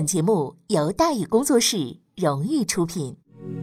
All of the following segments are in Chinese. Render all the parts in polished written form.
本节目由大宇工作室荣誉出品。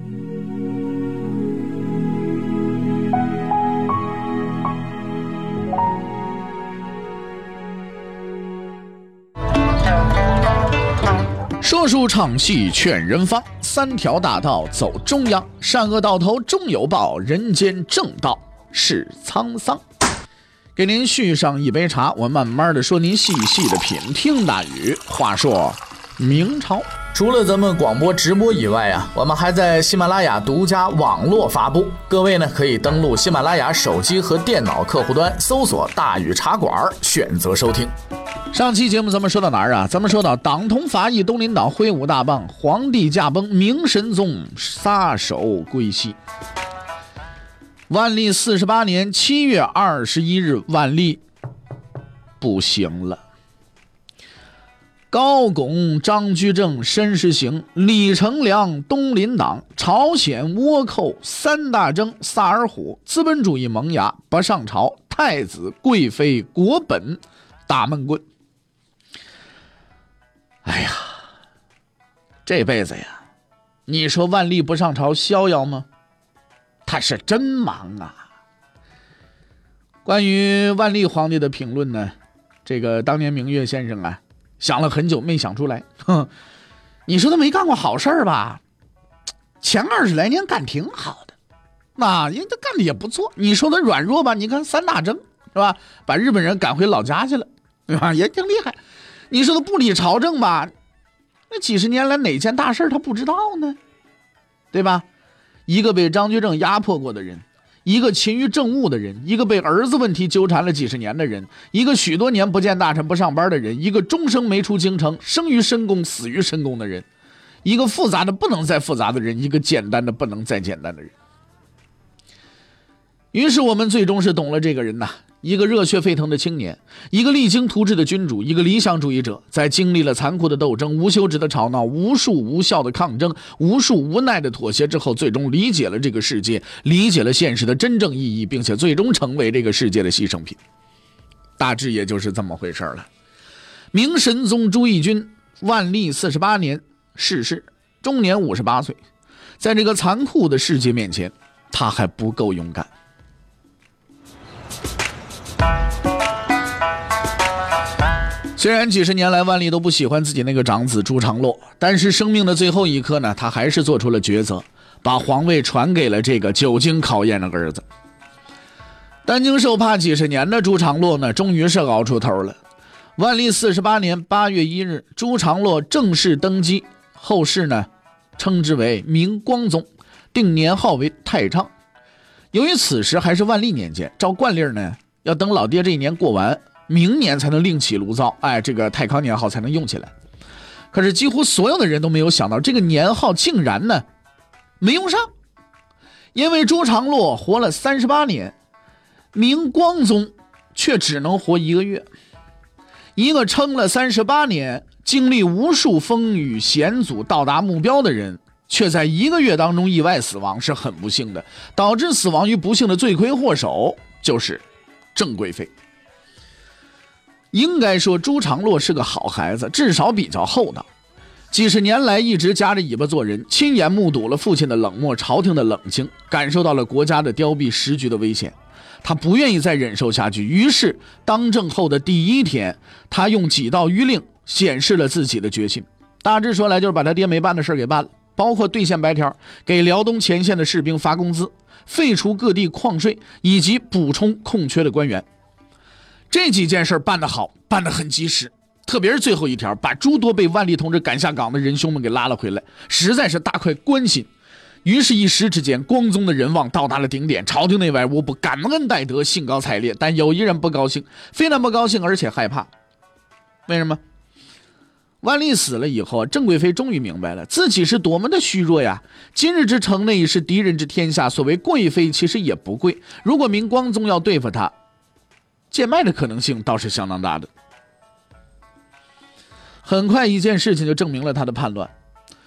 说书唱戏劝人方，三条大道走中央，善恶到头终有报，人间正道是沧桑。给您续上一杯茶，我慢慢的说，您细细的品。听大宇话说明朝。 除了咱们广播直播以外我们还在喜马拉雅独家网络发布。各位呢可以登录喜马拉雅手机和电脑客户端，搜索大宇茶馆，选择收听。 上期节目咱们说到哪儿啊？咱们说到党同伐异，东林党挥舞大棒，皇帝驾崩，明神宗撒手归西。万历48年7月21日，万历不行了。高拱、张居正、申时行、李成梁、东林党、朝鲜倭寇、三大征、萨尔浒、资本主义萌芽、不上朝、太子、贵妃、国本、大闷棍。哎呀，这辈子呀，你说万历不上朝逍遥吗？他是真忙啊。关于万历皇帝的评论呢，这个当年明月先生啊想了很久没想出来。你说他没干过好事吧？前20来年干挺好的，那人家干的也不错。你说他软弱吧？你看三大征是吧，把日本人赶回老家去了，对吧？也挺厉害。你说他不理朝政吧？那几十年来哪件大事他不知道呢？对吧？一个被张居正压迫过的人，一个勤于政务的人，一个被儿子问题纠缠了几十年的人，一个许多年不见大臣不上班的人，一个终生没出京城，生于深宫死于深宫的人，一个复杂的不能再复杂的人，一个简单的不能再简单的人。于是我们最终是懂了这个人呐，一个热血沸腾的青年，一个励精图治的君主，一个理想主义者，在经历了残酷的斗争、无休止的吵闹、无数无效的抗争、无数无奈的妥协之后，最终理解了这个世界，理解了现实的真正意义，并且最终成为这个世界的牺牲品。大致也就是这么回事了。明神宗朱翊钧万历48年逝世，终年58岁。在这个残酷的世界面前，他还不够勇敢。虽然几十年来万历都不喜欢自己那个长子朱常洛，但是生命的最后一刻呢，他还是做出了抉择，把皇位传给了这个久经考验的儿子。担惊受怕几十年的朱常洛呢，终于是熬出头了。万历48年8月1日，朱常洛正式登基，后世呢称之为明光宗，定年号为太昌。由于此时还是万历年间，照惯例呢，要等老爹这一年过完，明年才能另起炉灶，这个太康年号才能用起来。可是几乎所有的人都没有想到，这个年号竟然呢没用上。因为朱常洛活了38年，明光宗却只能活1个月。一个撑了38年，经历无数风雨险阻到达目标的人，却在1个月当中意外死亡，是很不幸的。导致死亡于不幸的罪魁祸首就是郑贵妃。应该说朱常洛是个好孩子，至少比较厚道。几十年来一直夹着尾巴做人，亲眼目睹了父亲的冷漠，朝廷的冷清，感受到了国家的凋敝时局的危险。他不愿意再忍受下去，于是当政后的第1天，他用几道谕令显示了自己的决心。大致说来就是把他爹没办的事给办了，包括兑现白条，给辽东前线的士兵发工资，废除各地矿税，以及补充空缺的官员。这几件事办得好，办得很及时，特别是最后一条，把诸多被万历同志赶下岗的仁兄们给拉了回来，实在是大快关心。于是一时之间，光宗的人望到达了顶点，朝廷内外无不感恩戴德，兴高采烈。但有一人不高兴，非常不高兴，而且害怕。为什么？万历死了以后，郑贵妃终于明白了自己是多么的虚弱呀！今日之城内是敌人之天下，所谓贵妃其实也不贵，如果明光宗要对付他，贱卖的可能性倒是相当大的。很快一件事情就证明了他的叛乱。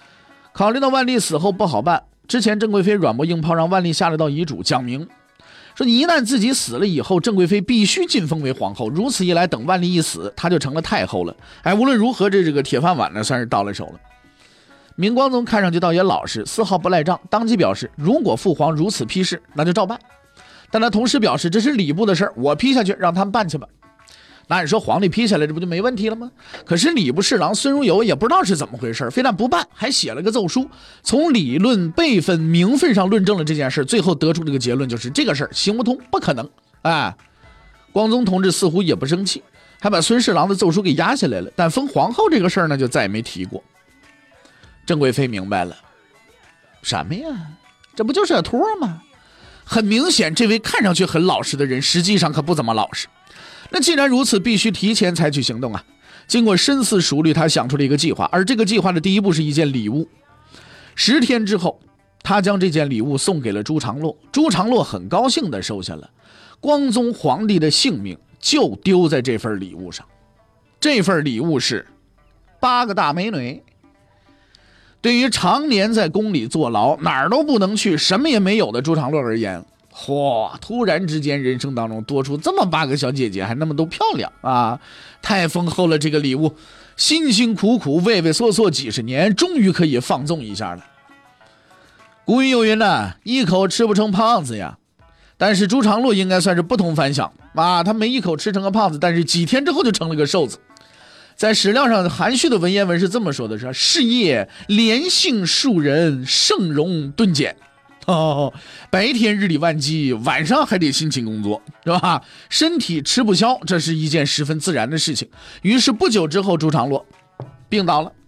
考虑到万历死后不好办，之前郑贵妃软磨硬泡让万历下了道遗嘱，讲明说你一旦自己死了以后，郑贵妃必须晋封为皇后，如此一来，等万历一死，她就成了太后了。哎，无论如何，这个铁饭碗呢，算是到了手了。明光宗看上去倒也老实，丝毫不赖账，当即表示，如果父皇如此批示，那就照办。但他同时表示，这是礼部的事儿，我批下去，让他们办去吧。那你说皇帝批下来，这不就没问题了吗？可是礼部侍郎孙如有也不知道是怎么回事，非但不办，还写了个奏书，从理论、辈分、名分上论证了这件事，最后得出这个结论，就是这个事儿行不通，不可能。哎，光宗同志似乎也不生气，还把孙侍郎的奏书给压下来了，但封皇后这个事儿呢，就再也没提过。郑贵妃明白了，什么呀？这不就是个托吗？很明显，这位看上去很老实的人，实际上可不怎么老实。那既然如此，必须提前采取行动啊！经过深思熟虑，他想出了一个计划，而这个计划的第一步是一件礼物。10天之后，他将这件礼物送给了朱常洛，朱常洛很高兴地收下了。光宗皇帝的性命就丢在这份礼物上。这份礼物是8个大美女。对于常年在宫里坐牢，哪儿都不能去，什么也没有的朱常洛而言，突然之间人生当中多出这么8个小姐姐，还那么都漂亮啊，太丰厚了。这个礼物辛辛苦苦畏畏缩缩几十年，终于可以放纵一下了。古语有云呢，一口吃不成胖子呀。但是朱常洛应该算是不同凡响啊，他没一口吃成个胖子，但是几天之后就成了个瘦子。在史料上含蓄的文言文是这么说的，是事业连幸数人，盛容顿减。白天日理万机，晚上还得辛勤工作，是吧？身体吃不消，这是一件十分自然的事情。于是不久之后，朱常洛病倒了。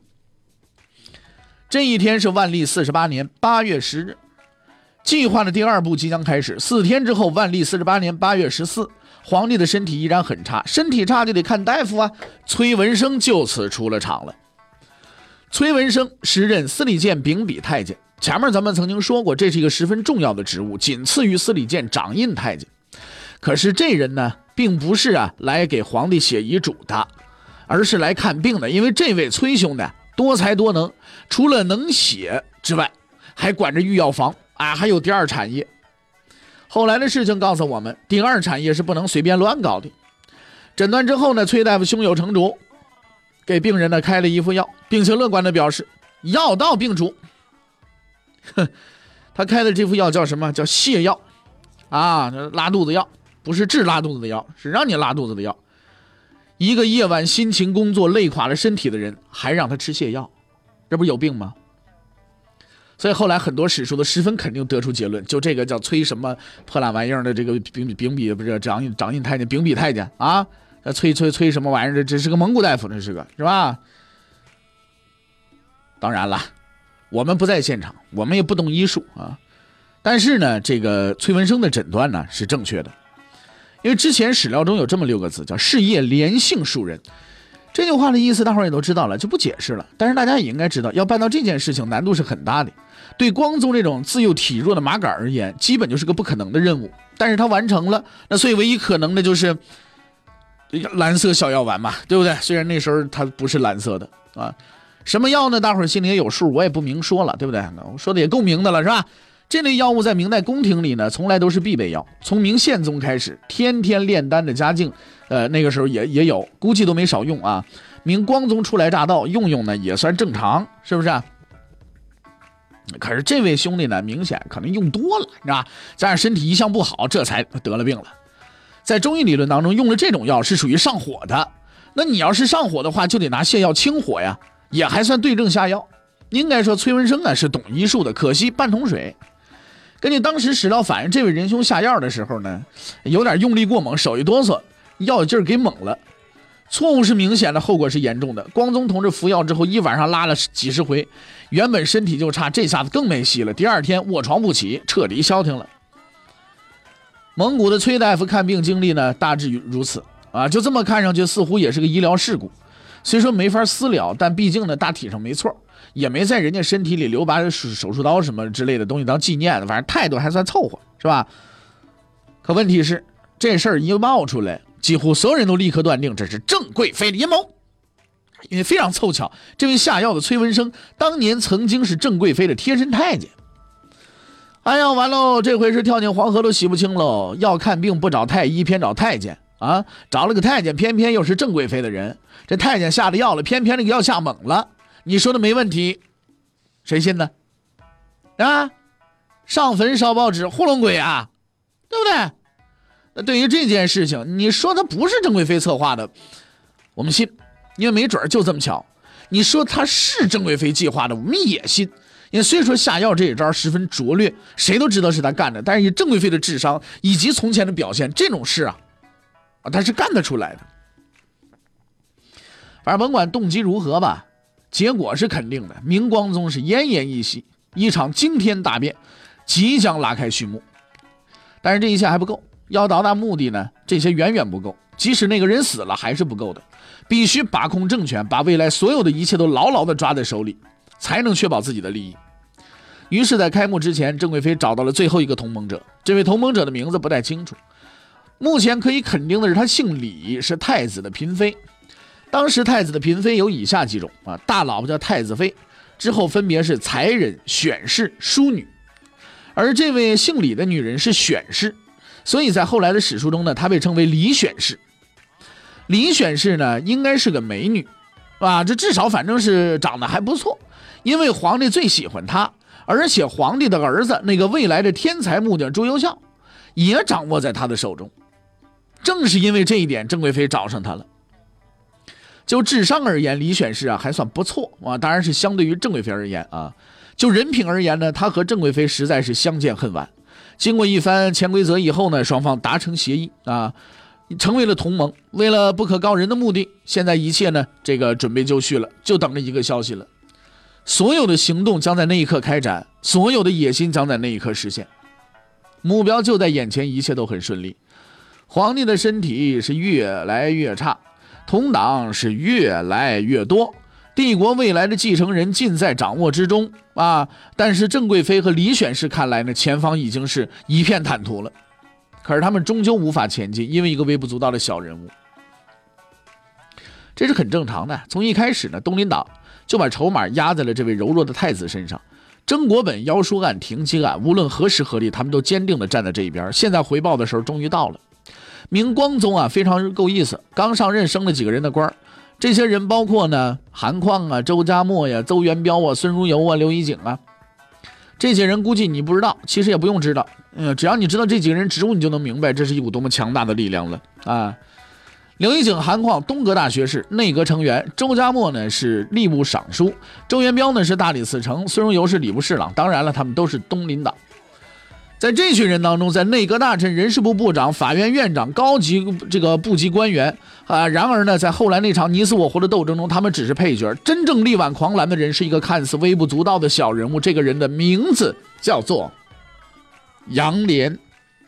这一天是万历48年8月10日，计划的第2步即将开始。4天之后，万历48年8月14，皇帝的身体依然很差，身体差就得看大夫啊。崔文生就此出了场了。崔文生时任司礼监秉笔太监，前面咱们曾经说过，这是一个十分重要的职务，仅次于司礼监掌印太监。可是这人呢，并不是来给皇帝写遗嘱的，而是来看病的。因为这位崔兄弟多才多能，除了能写之外，还管着御药房啊，还有第2产业。后来的事情告诉我们，第2产业是不能随便乱搞的。诊断之后呢，崔大夫胸有成竹，给病人呢开了一副药，并且乐观的表示药到病除。他开的这副药叫什么？叫泻药啊，拉肚子药，不是治拉肚子的药，是让你拉肚子的药。一个夜晚辛勤工作累垮了身体的人，还让他吃泻药，这不是有病吗？所以后来很多史书都十分肯定得出结论，就这个叫崔什么破烂玩意儿的这个秉笔不是掌印太监秉笔太监啊，崔什么玩意儿，这是个蒙古大夫，这是个是吧？当然了，我们不在现场，我们也不懂医术啊。但是呢，这个崔文生的诊断呢是正确的，因为之前史料中有这么6个字，叫事业连幸数人。这句话的意思大伙儿也都知道了，就不解释了。但是大家也应该知道，要办到这件事情难度是很大的。对光宗这种自幼体弱的麻杆而言，基本就是个不可能的任务。但是他完成了，那所以唯一可能的就是蓝色小药丸嘛，对不对？虽然那时候它不是蓝色的啊，什么药呢？大伙儿心里也有数，我也不明说了，对不对？我说的也够明的了，是吧？这类药物在明代宫廷里呢，从来都是必备药。从明宪宗开始，天天炼丹的家境，那个时候也有，估计都没少用啊。明光宗初来乍到，用呢也算正常，是不是？可是这位兄弟呢，明显可能用多了，是吧？加上身体一向不好，这才得了病了。在中医理论当中，用了这种药是属于上火的。那你要是上火的话，就得拿泻药清火呀，也还算对症下药。应该说崔文生是懂医术的，可惜半桶水。根据当时史料反映，这位仁兄下药的时候呢，有点用力过猛，手一哆嗦，药劲儿给猛了。错误是明显的，后果是严重的。光宗同志服药之后，一晚上拉了几十回，原本身体就差，这下子更没戏了。第2天卧床不起，彻底消停了。蒙古的崔大夫看病经历呢，大致如此啊，就这么看上去似乎也是个医疗事故。虽说没法私了，但毕竟呢，大体上没错，也没在人家身体里留把手术刀什么之类的东西当纪念，反正态度还算凑合，是吧？可问题是，这事儿一冒出来，几乎所有人都立刻断定这是郑贵妃的阴谋。因为非常凑巧，这位下药的崔文生当年曾经是郑贵妃的贴身太监。 哎呀，完喽，这回是跳进黄河都洗不清喽。要看病不找太医，偏找太监啊！找了个太监，偏偏又是郑贵妃的人。这太监下的药了，偏偏那个药下猛了。你说的没问题，谁信呢？啊，上坟烧报纸，糊弄鬼啊，对不对？那对于这件事情，你说他不是郑贵妃策划的，我们信，因为没准就这么巧。你说他是郑贵妃计划的，我们也信。因为虽说下药这一招十分拙劣，谁都知道是他干的，但是以郑贵妃的智商以及从前的表现，这种事他是干得出来的。反正甭管动机如何吧，结果是肯定的，明光宗是奄奄一息，一场惊天大变即将拉开序幕。但是这一切还不够，要达到目的呢，这些远远不够。即使那个人死了还是不够的，必须把控政权，把未来所有的一切都牢牢地抓在手里，才能确保自己的利益。于是在开幕之前，郑贵妃找到了最后一个同盟者，这位同盟者的名字不太清楚，目前可以肯定的是他姓李，是太子的嫔妃。当时太子的嫔妃有以下几种大老婆叫太子妃，之后分别是才人、选氏、淑女，而这位姓李的女人是选氏，所以在后来的史书中呢，她被称为李选氏。李选氏呢，应该是个美女这至少反正是长得还不错，因为皇帝最喜欢她，而且皇帝的儿子那个未来的天才木匠朱由校也掌握在她的手中。正是因为这一点，郑贵妃找上她了。就智商而言，李选氏还算不错当然是相对于郑贵妃而言就人品而言呢，她和郑贵妃实在是相见恨晚。经过一番潜规则以后呢，双方达成协议成为了同盟。为了不可告人的目的，现在一切呢这个准备就绪了，就等着一个消息了。所有的行动将在那一刻开展，所有的野心将在那一刻实现。目标就在眼前，一切都很顺利。皇帝的身体是越来越差，同党是越来越多，帝国未来的继承人尽在掌握之中但是郑贵妃和李选氏看来呢，前方已经是一片坦途了。可是他们终究无法前进，因为一个微不足道的小人物。这是很正常的。从一开始呢，东林党就把筹码压在了这位柔弱的太子身上。曾国本妖书案、停机案，无论何时何地，他们都坚定地站在这一边。现在回报的时候终于到了。明光宗非常够意思，刚上任升了几个人的官，这些人包括呢韩况周家默呀、邹元标孙如游刘一景这些人估计你不知道，其实也不用知道，只要你知道这几个人职务，你就能明白这是一股多么强大的力量了刘一景、韩况东阁大学士、内阁成员，周家默呢是吏部尚书，周元标呢是大理寺丞，孙如游是礼部侍郎。当然了，他们都是东林党。在这群人当中，在内阁大臣、人事部部长、法院院长、高级这个部级官员然而呢，在后来那场你死我活的斗争中，他们只是配角。真正力挽狂澜的人是一个看似微不足道的小人物，这个人的名字叫做杨涟。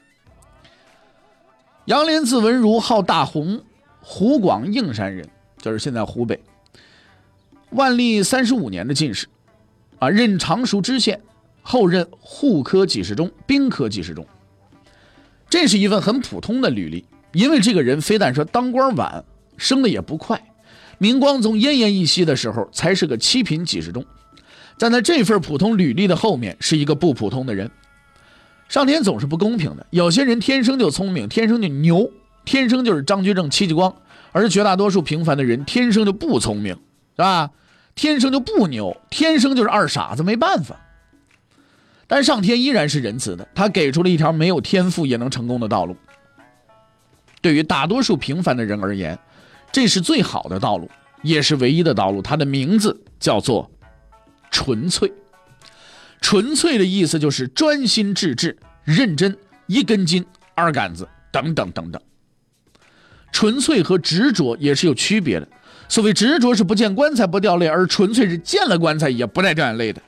杨涟字文如，号大洪，湖广应山人，就是现在湖北。万历35年的进士任常熟知县，后任户科给事中、兵科给事中。这是一份很普通的履历，因为这个人非但说当官晚，升的也不快。明光宗奄奄一息的时候，才是个7品给事中。站在这份普通履历的后面，是一个不普通的人。上天总是不公平的，有些人天生就聪明，天生就牛，天生就是张居正、戚继光，而绝大多数平凡的人天生就不聪明，是吧？天生就不牛，天生就是二傻子，没办法。但上天依然是仁慈的，他给出了一条没有天赋也能成功的道路。对于大多数平凡的人而言，这是最好的道路，也是唯一的道路。它的名字叫做纯粹。纯粹的意思就是专心致志、认真、一根筋、二杆子等等等等。纯粹和执着也是有区别的。所谓执着是不见棺材不掉泪，而纯粹是见了棺材也不带掉眼泪的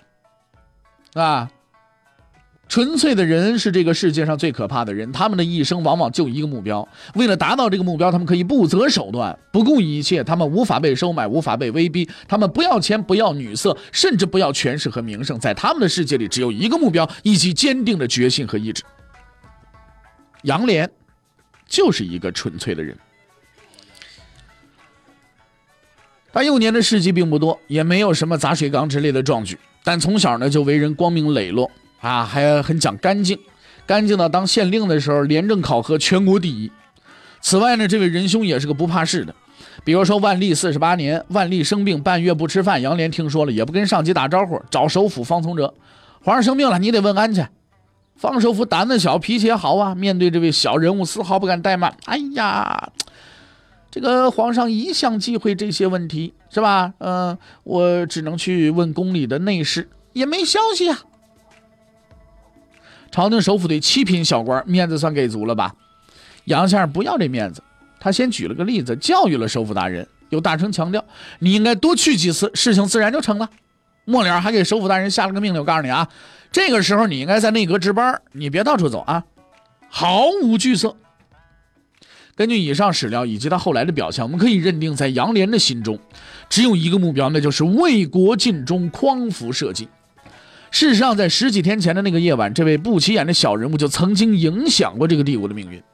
纯粹的人是这个世界上最可怕的人，他们的一生往往就一个目标，为了达到这个目标，他们可以不择手段，不顾一切，他们无法被收买，无法被威逼，他们不要钱，不要女色，甚至不要权势和名声，在他们的世界里只有一个目标，以及坚定的决心和意志。杨涟就是一个纯粹的人。他幼年的事迹并不多，也没有什么砸水缸之类的壮举，但从小呢就为人光明磊落啊，还很讲干净，干净到当县令的时候廉政考核全国第一。此外呢，这位仁兄也是个不怕事的。比如说万历48年，万历生病半月不吃饭，杨涟听说了也不跟上级打招呼，找首辅方从哲，皇上生病了，你得问安去。方首辅胆子小，脾气也好啊，面对这位小人物丝毫不敢怠慢。哎呀，这个皇上一向忌讳这些问题，是吧？我只能去问宫里的内侍，也没消息啊。朝廷首辅对7品小官面子算给足了吧？杨先生不要这面子，他先举了个例子，教育了首辅大人，又大声强调你应该多去几次，事情自然就成了。末了还给首辅大人下了个命令，我告诉你啊，这个时候你应该在内阁值班，你别到处走啊。毫无惧色。根据以上史料以及他后来的表现，我们可以认定在杨涟的心中只有一个目标，那就是为国尽忠，匡扶社稷。事实上在10几天前的那个夜晚，这位不起眼的小人物就曾经影响过这个帝国的命运。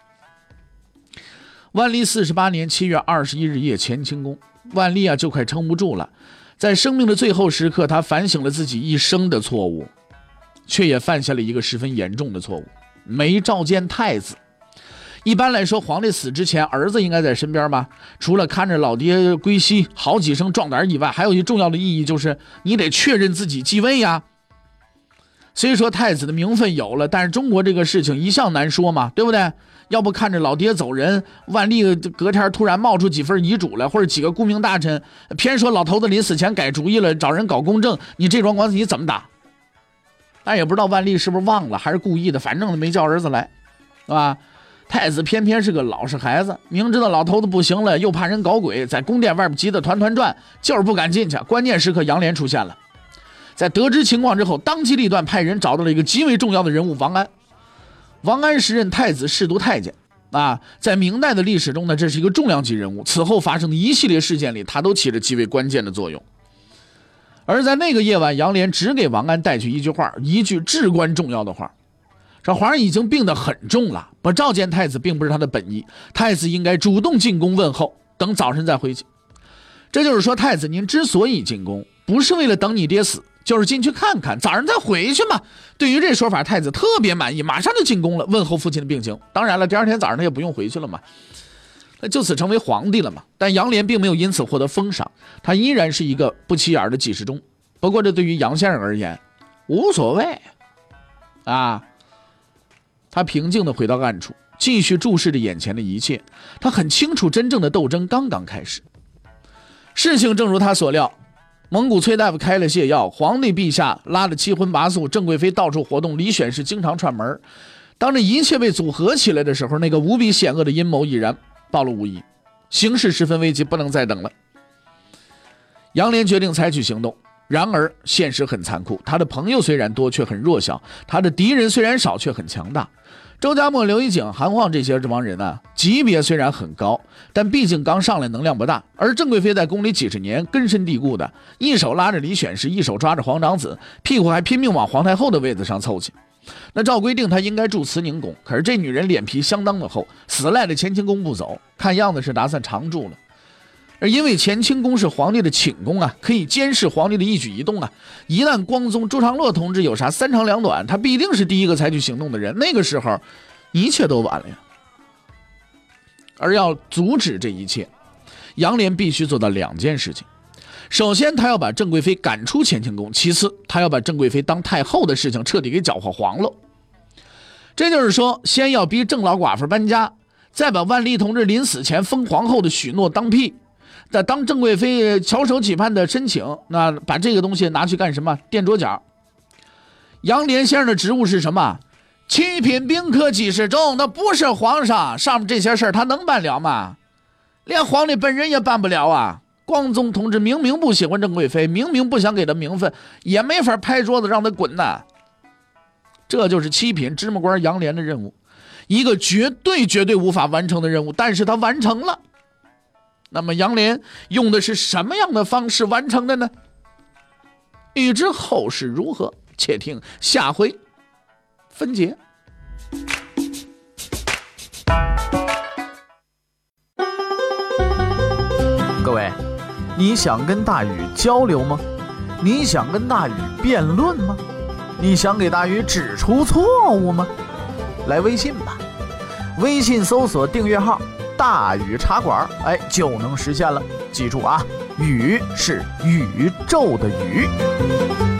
万历48年7月21日夜，乾清宫，万历就快撑不住了，在生命的最后时刻，他反省了自己一生的错误，却也犯下了一个十分严重的错误，没召见太子。一般来说，皇帝死之前，儿子应该在身边吧？除了看着老爹归西，好几声壮胆以外，还有一重要的意义，就是你得确认自己继位呀。虽说太子的名分有了，但是中国这个事情一向难说嘛，对不对？要不看着老爹走人，万历隔天突然冒出几份遗嘱来，或者几个顾命大臣偏说老头子临死前改主意了，找人搞公证，你这桩官司你怎么打？但也不知道万历是不是忘了，还是故意的，反正没叫儿子来，是吧？太子偏偏是个老实孩子，明知道老头子不行了，又怕人搞鬼，在宫殿外面急得团团转，就是不敢进去。关键时刻杨涟出现了，在得知情况之后，当机立断派人找到了一个极为重要的人物王安。王安时任太子侍读太监啊，在明代的历史中呢，这是一个重量级人物，此后发生的一系列事件里，他都起着极为关键的作用。而在那个夜晚，杨涟只给王安带去一句话，一句至关重要的话，这皇上已经病得很重了，不召见太子并不是他的本意，太子应该主动进宫问候，等早晨再回去。这就是说，太子您之所以进宫，不是为了等你爹死，就是进去看看，早上再回去嘛。对于这说法，太子特别满意，马上就进宫了，问候父亲的病情。当然了，第二天早上他也不用回去了嘛，他就此成为皇帝了嘛。但杨涟并没有因此获得封赏，他依然是一个不起眼的给事中。不过这对于杨先生而言无所谓啊。他平静地回到暗处，继续注视着眼前的一切。他很清楚，真正的斗争刚刚开始。事情正如他所料，蒙古崔大夫开了泻药，皇帝陛下拉得七荤八素，郑贵妃到处活动，李选是经常串门。当这一切被组合起来的时候，那个无比险恶的阴谋已然暴露无遗，形势十分危急，不能再等了。杨涟决定采取行动。然而现实很残酷，他的朋友虽然多却很弱小，他的敌人虽然少却很强大。周家墨、刘一景、韩晃这帮人啊，级别虽然很高，但毕竟刚上来能量不大。而郑贵妃在宫里几十年，根深蒂固的，一手拉着李选侍，一手抓着皇长子，屁股还拼命往皇太后的位子上凑去。那照规定她应该住慈宁宫，可是这女人脸皮相当的厚，死赖着乾清宫不走，看样子是打算常住了。而因为乾清宫是皇帝的寝宫啊，可以监视皇帝的一举一动啊。一旦光宗朱常洛同志有啥三长两短，他必定是第一个采取行动的人。那个时候，一切都晚了呀。而要阻止这一切，杨涟必须做到2件事情。首先，他要把郑贵妃赶出乾清宫；其次，他要把郑贵妃当太后的事情彻底给搅和黄了。这就是说，先要逼郑老寡妇搬家，再把万历同志临死前封皇后的许诺当屁。在当郑贵妃翘首企盼的申请，那把这个东西拿去干什么？垫桌脚。杨涟先生的职务是什么？7品兵科给事中，那不是皇上，上面这些事儿他能办了吗？连皇帝本人也办不了啊！光宗同志明明不喜欢郑贵妃，明明不想给他名分，也没法拍桌子让他滚呐。这就是7品芝麻官杨涟的任务，一个绝对无法完成的任务，但是他完成了。那么杨涟用的是什么样的方式完成的呢？欲知后事如何，且听下回分解。 各位，你想跟大禹交流吗？你想跟大禹辩论吗？ 你想给大禹指出错误吗？来微信吧，微信搜索订阅号大禹茶馆，就能实现了。记住啊，禹是宇宙的宇。